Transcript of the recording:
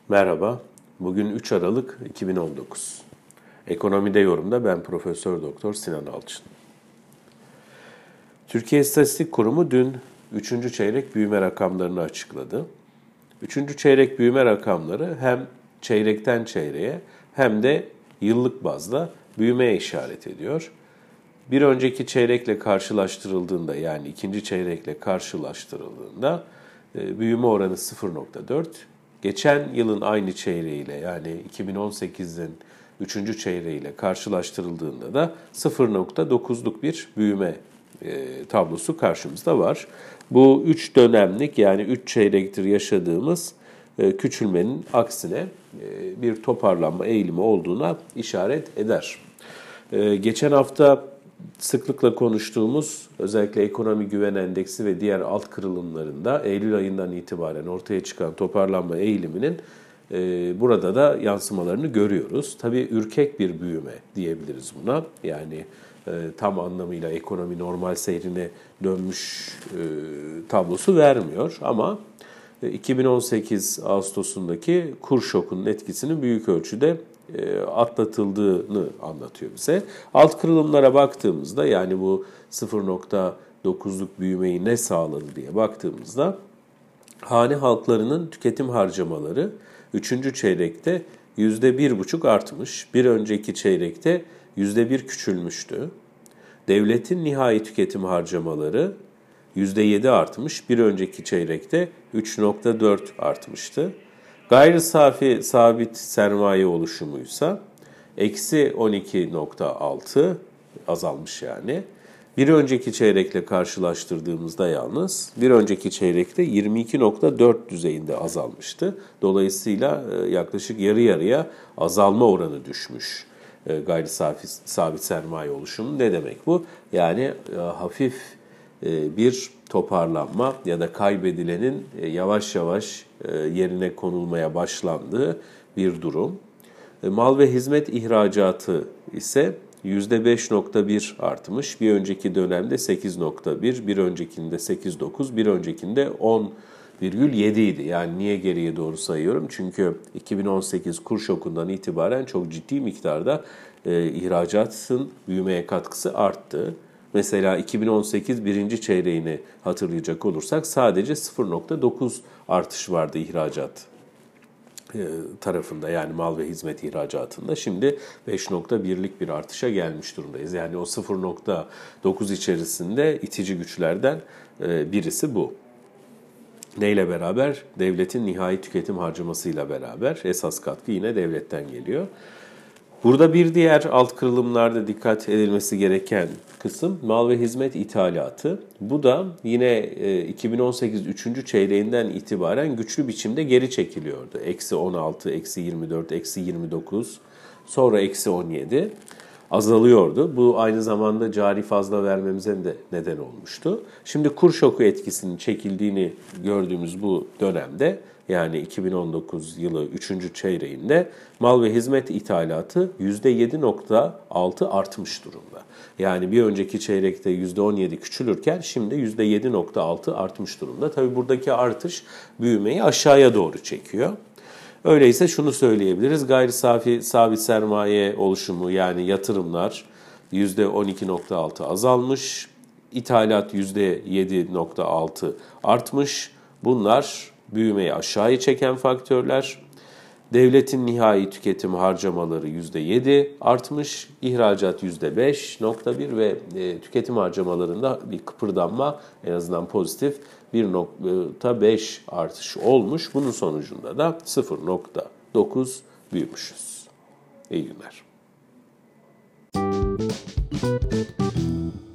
Merhaba, bugün 3 Aralık 2019. Ekonomide yorumda ben Profesör Doktor Sinan Alçın. Türkiye İstatistik Kurumu dün 3. çeyrek büyüme rakamlarını açıkladı. 3. çeyrek büyüme rakamları hem çeyrekten çeyreğe hem de yıllık bazda büyümeye işaret ediyor. Bir önceki çeyrekle karşılaştırıldığında yani ikinci çeyrekle karşılaştırıldığında büyüme oranı 0,4. Geçen yılın aynı çeyreğiyle yani 2018'in 3. çeyreğiyle karşılaştırıldığında da 0,9'luk bir büyüme tablosu karşımızda var. Bu 3 dönemlik yani 3 çeyrektir yaşadığımız küçülmenin aksine bir toparlanma eğilimi olduğuna işaret eder. Geçen hafta sıklıkla konuştuğumuz özellikle ekonomi güven endeksi ve diğer alt kırılımlarında Eylül ayından itibaren ortaya çıkan toparlanma eğiliminin burada da yansımalarını görüyoruz. Tabii ürkek bir büyüme diyebiliriz buna. Yani tam anlamıyla ekonomi normal seyrine dönmüş tablosu vermiyor ama 2018 Ağustos'undaki kur şokunun etkisinin büyük ölçüde atlatıldığını anlatıyor bize. Alt kırılımlara baktığımızda yani bu 0,9'luk büyümeyi ne sağladı diye baktığımızda hane halklarının tüketim harcamaları 3. çeyrekte %1,5 artmış. Bir önceki çeyrekte %1 küçülmüştü. Devletin nihai tüketim harcamaları %7 artmış. Bir önceki çeyrekte 3,4 artmıştı. Gayri safi sabit sermaye oluşumuysa eksi 12,6 azalmış yani. Bir önceki çeyrekle karşılaştırdığımızda yalnız bir önceki çeyrekte 22,4 düzeyinde azalmıştı. Dolayısıyla yaklaşık yarı yarıya azalma oranı düşmüş gayri safi sabit sermaye oluşumu. Ne demek bu? Yani hafif bir toparlanma ya da kaybedilenin yavaş yavaş yerine konulmaya başlandığı bir durum. Mal ve hizmet ihracatı ise %5,1 artmış. Bir önceki dönemde 8,1, bir öncekinde 8,9, bir öncekinde 10,7 idi. Yani niye geriye doğru sayıyorum? Çünkü 2018 kur şokundan itibaren çok ciddi miktarda ihracatın büyümeye katkısı arttı. Mesela 2018 birinci çeyreğini hatırlayacak olursak sadece 0,9 artış vardı ihracat tarafında yani mal ve hizmet ihracatında. Şimdi 5,1'lik bir artışa gelmiş durumdayız. Yani o 0,9 içerisinde itici güçlerden birisi bu. Neyle beraber? Devletin nihai tüketim harcamasıyla beraber esas katkı yine devletten geliyor. Burada bir diğer alt kırılımlarda dikkat edilmesi gereken kısım mal ve hizmet ithalatı. Bu da yine 2018 3. çeyreğinden itibaren güçlü biçimde geri çekiliyordu. Eksi 16, eksi 24, eksi 29, sonra eksi 17 azalıyordu. Bu aynı zamanda cari fazla vermemize de neden olmuştu. Şimdi kur şoku etkisinin çekildiğini gördüğümüz bu dönemde yani 2019 yılı 3. çeyreğinde mal ve hizmet ithalatı %7,6 artmış durumda. Yani bir önceki çeyrekte %17 küçülürken şimdi %7,6 artmış durumda. Tabii buradaki artış büyümeyi aşağıya doğru çekiyor. Öyleyse şunu söyleyebiliriz. Gayri safi sabit sermaye oluşumu yani yatırımlar %12,6 azalmış. İthalat %7,6 artmış. Bunlar büyümeyi aşağıya çeken faktörler. Devletin nihai tüketim harcamaları %7 artmış, ihracat %5,1 ve tüketim harcamalarında bir kıpırdanma en azından pozitif 1,5 artış olmuş. Bunun sonucunda da 0,9 büyümüşüz. İyi günler.